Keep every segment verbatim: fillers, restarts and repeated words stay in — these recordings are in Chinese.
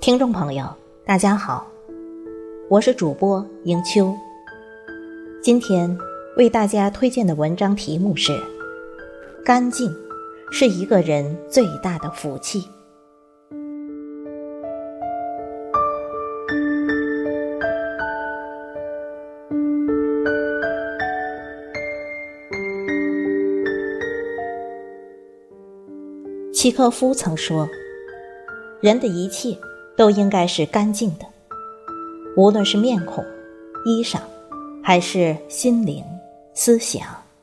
听众朋友大家好，我是主播迎秋。今天为大家推荐的文章题目是干净是一个人最大的福气。契诃夫曾说，人的一切都应该是干净的，无论是面孔、衣裳，还是心灵、思想。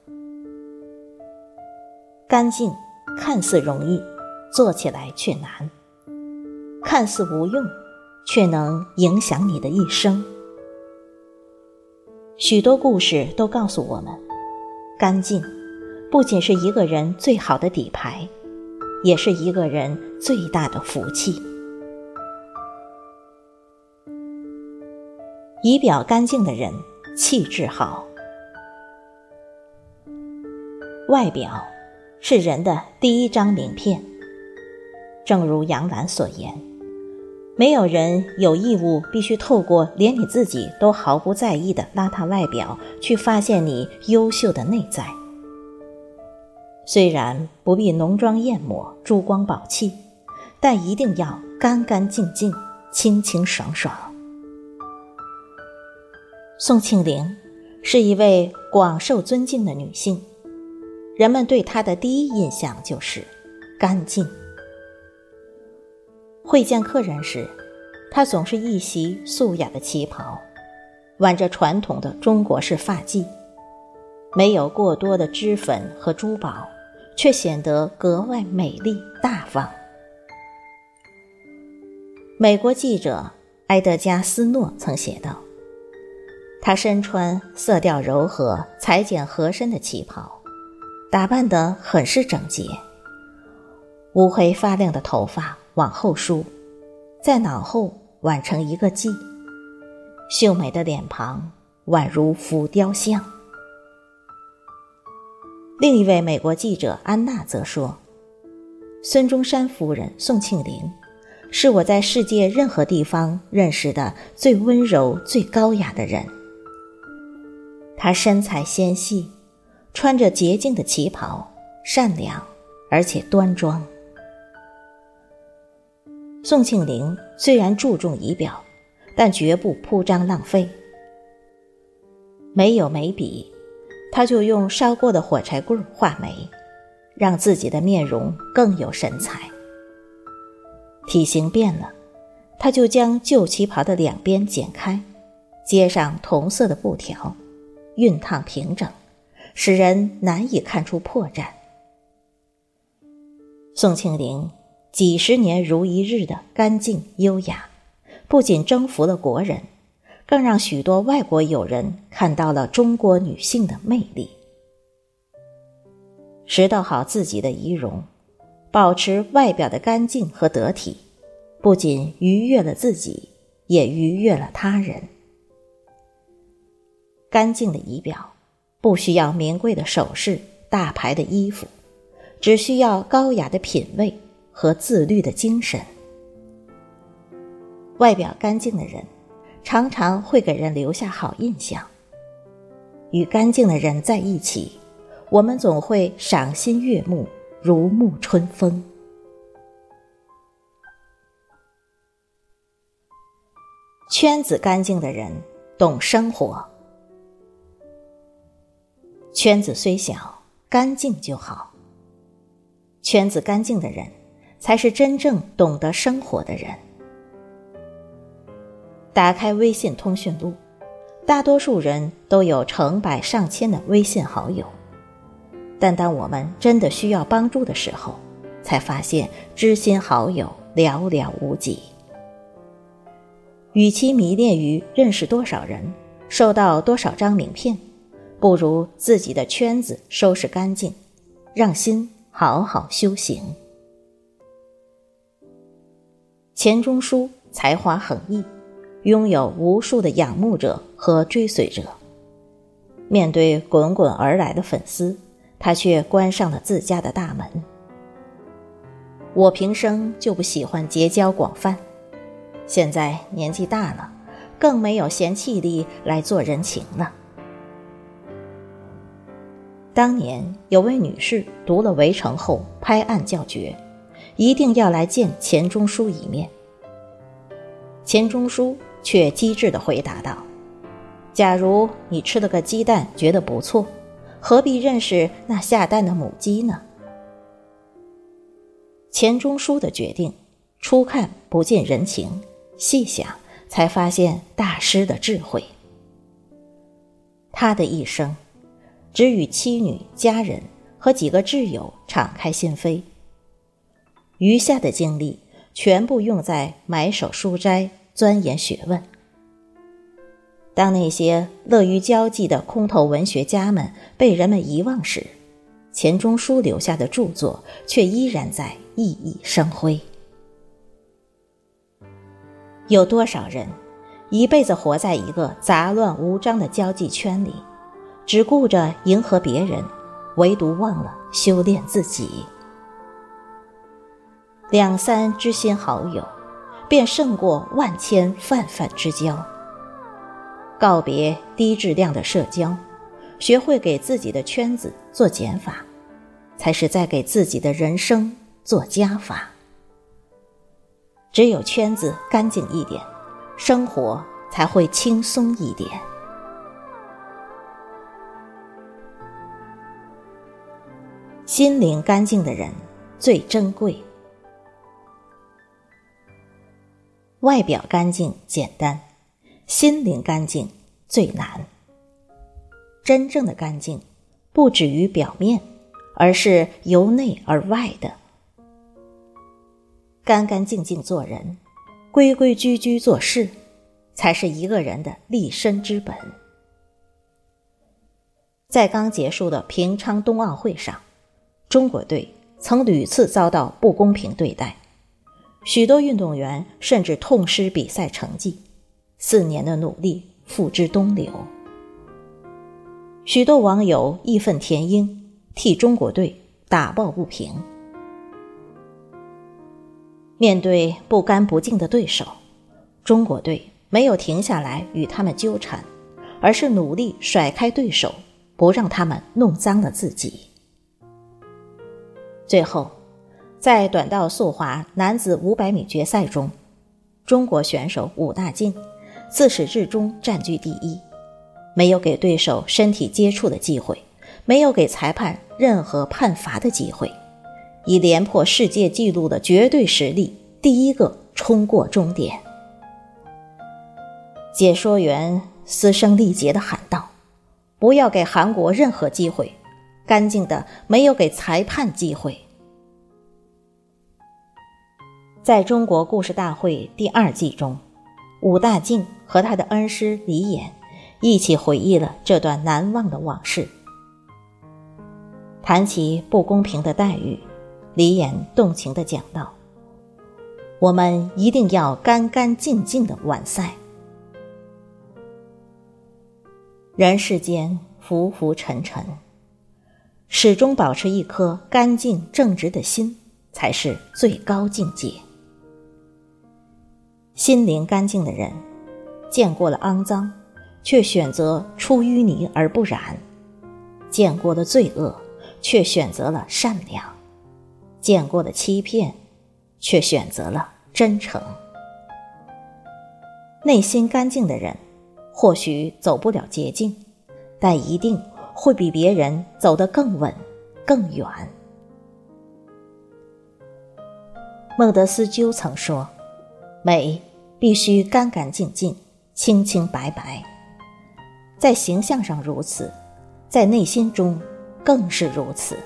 干净看似容易，做起来却难；看似无用，却能影响你的一生。许多故事都告诉我们，干净不仅是一个人最好的底牌，也是一个人最大的福气。仪表干净的人，气质好。外表是人的第一张名片。正如杨澜所言，没有人有义务必须透过连你自己都毫不在意的邋遢外表，去发现你优秀的内在。虽然不必浓妆艳抹、珠光宝气，但一定要干干净净、清清爽爽。宋庆龄是一位广受尊敬的女性，人们对她的第一印象就是干净。会见客人时，她总是一袭素雅的旗袍，挽着传统的中国式发髻，没有过多的脂粉和珠宝，却显得格外美丽大方。美国记者埃德加·斯诺曾写道，他身穿色调柔和、裁剪合身的旗袍，打扮得很是整洁，乌黑发亮的头发往后梳，在脑后挽成一个髻，秀美的脸庞宛如浮雕像。另一位美国记者安娜则说，孙中山夫人宋庆龄是我在世界任何地方认识的最温柔、最高雅的人。她身材纤细，穿着洁净的旗袍，善良而且端庄。宋庆龄虽然注重仪表，但绝不铺张浪费。没有眉笔，他就用烧过的火柴棍画眉，让自己的面容更有神采。体型变了，他就将旧旗袍的两边剪开，接上同色的布条，熨烫平整，使人难以看出破绽。宋庆龄几十年如一日的干净优雅，不仅征服了国人，更让许多外国友人看到了中国女性的魅力。拾掇好自己的仪容，保持外表的干净和得体，不仅愉悦了自己，也愉悦了他人。干净的仪表不需要名贵的首饰、大牌的衣服，只需要高雅的品味和自律的精神。外表干净的人常常会给人留下好印象。与干净的人在一起，我们总会赏心悦目，如沐春风。圈子干净的人懂生活。圈子虽小，干净就好。圈子干净的人才是真正懂得生活的人。打开微信通讯录，大多数人都有成百上千的微信好友，但当我们真的需要帮助的时候，才发现知心好友寥寥无几。与其迷恋于认识多少人，收到多少张名片，不如自己的圈子收拾干净，让心好好修行。钱钟书才华横溢，拥有无数的仰慕者和追随者。面对滚滚而来的粉丝，他却关上了自家的大门。我平生就不喜欢结交广泛， 现在年纪大了，更没有闲气力来做人情了。当年有位女士读了《围城》后拍案叫绝，一定要来见钱钟书一面。钱钟书却机智地回答道：假如你吃了个鸡蛋觉得不错，何必认识那下蛋的母鸡呢？钱钟书的决定，初看不见人情，细想才发现大师的智慧。他的一生只与妻女、家人和几个挚友敞开心扉，余下的精力全部用在埋首书斋，钻研学问。当那些乐于交际的空头文学家们被人们遗忘时，钱钟书留下的著作却依然在熠熠生辉。有多少人一辈子活在一个杂乱无章的交际圈里，只顾着迎合别人，唯独忘了修炼自己。两三知心好友，便胜过万千泛泛之交。告别低质量的社交，学会给自己的圈子做减法，才是在给自己的人生做加法。只有圈子干净一点，生活才会轻松一点。心灵干净的人最珍贵。外表干净简单，心灵干净最难。真正的干净不止于表面，而是由内而外的。干干净净做人，规规矩矩做事，才是一个人的立身之本。在刚结束的平昌冬奥会上，中国队曾屡次遭到不公平对待，许多运动员甚至痛失比赛成绩，四年的努力付之东流。许多网友义愤填膺，替中国队打抱不平。面对不干不净的对手，中国队没有停下来与他们纠缠，而是努力甩开对手，不让他们弄脏了自己。最后，在短道速滑男子五百米决赛中，中国选手武大靖自始至终占据第一，没有给对手身体接触的机会，没有给裁判任何判罚的机会，以连破世界纪录的绝对实力，第一个冲过终点。解说员嘶声力竭地喊道：不要给韩国任何机会，干净的没有给裁判机会。在中国故事大会第二季中，武大靖和他的恩师李演一起回忆了这段难忘的往事。谈起不公平的待遇，李演动情地讲道：我们一定要干干净净地完赛。人世间浮浮沉沉，始终保持一颗干净正直的心，才是最高境界。心灵干净的人，见过了肮脏，却选择出淤泥而不染；见过了罪恶，却选择了善良；见过了欺骗，却选择了真诚。内心干净的人，或许走不了捷径，但一定会比别人走得更稳更远。孟德斯鸠曾说，美必须干干净净，清清白白，在形象上如此，在内心中更是如此。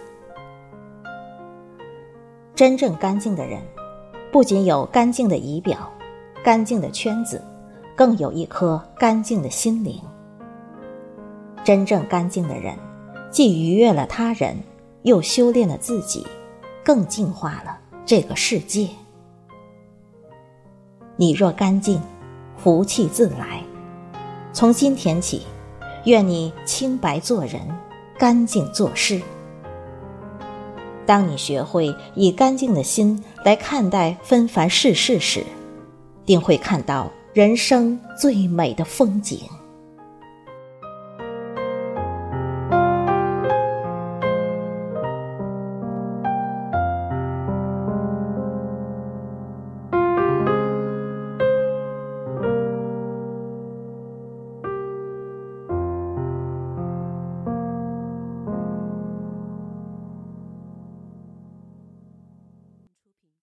真正干净的人，不仅有干净的仪表、干净的圈子，更有一颗干净的心灵。真正干净的人，既愉悦了他人，又修炼了自己，更净化了这个世界。你若干净，福气自来。从今天起，愿你清白做人，干净做事。当你学会以干净的心来看待纷繁世事时， 定会看到人生最美的风景。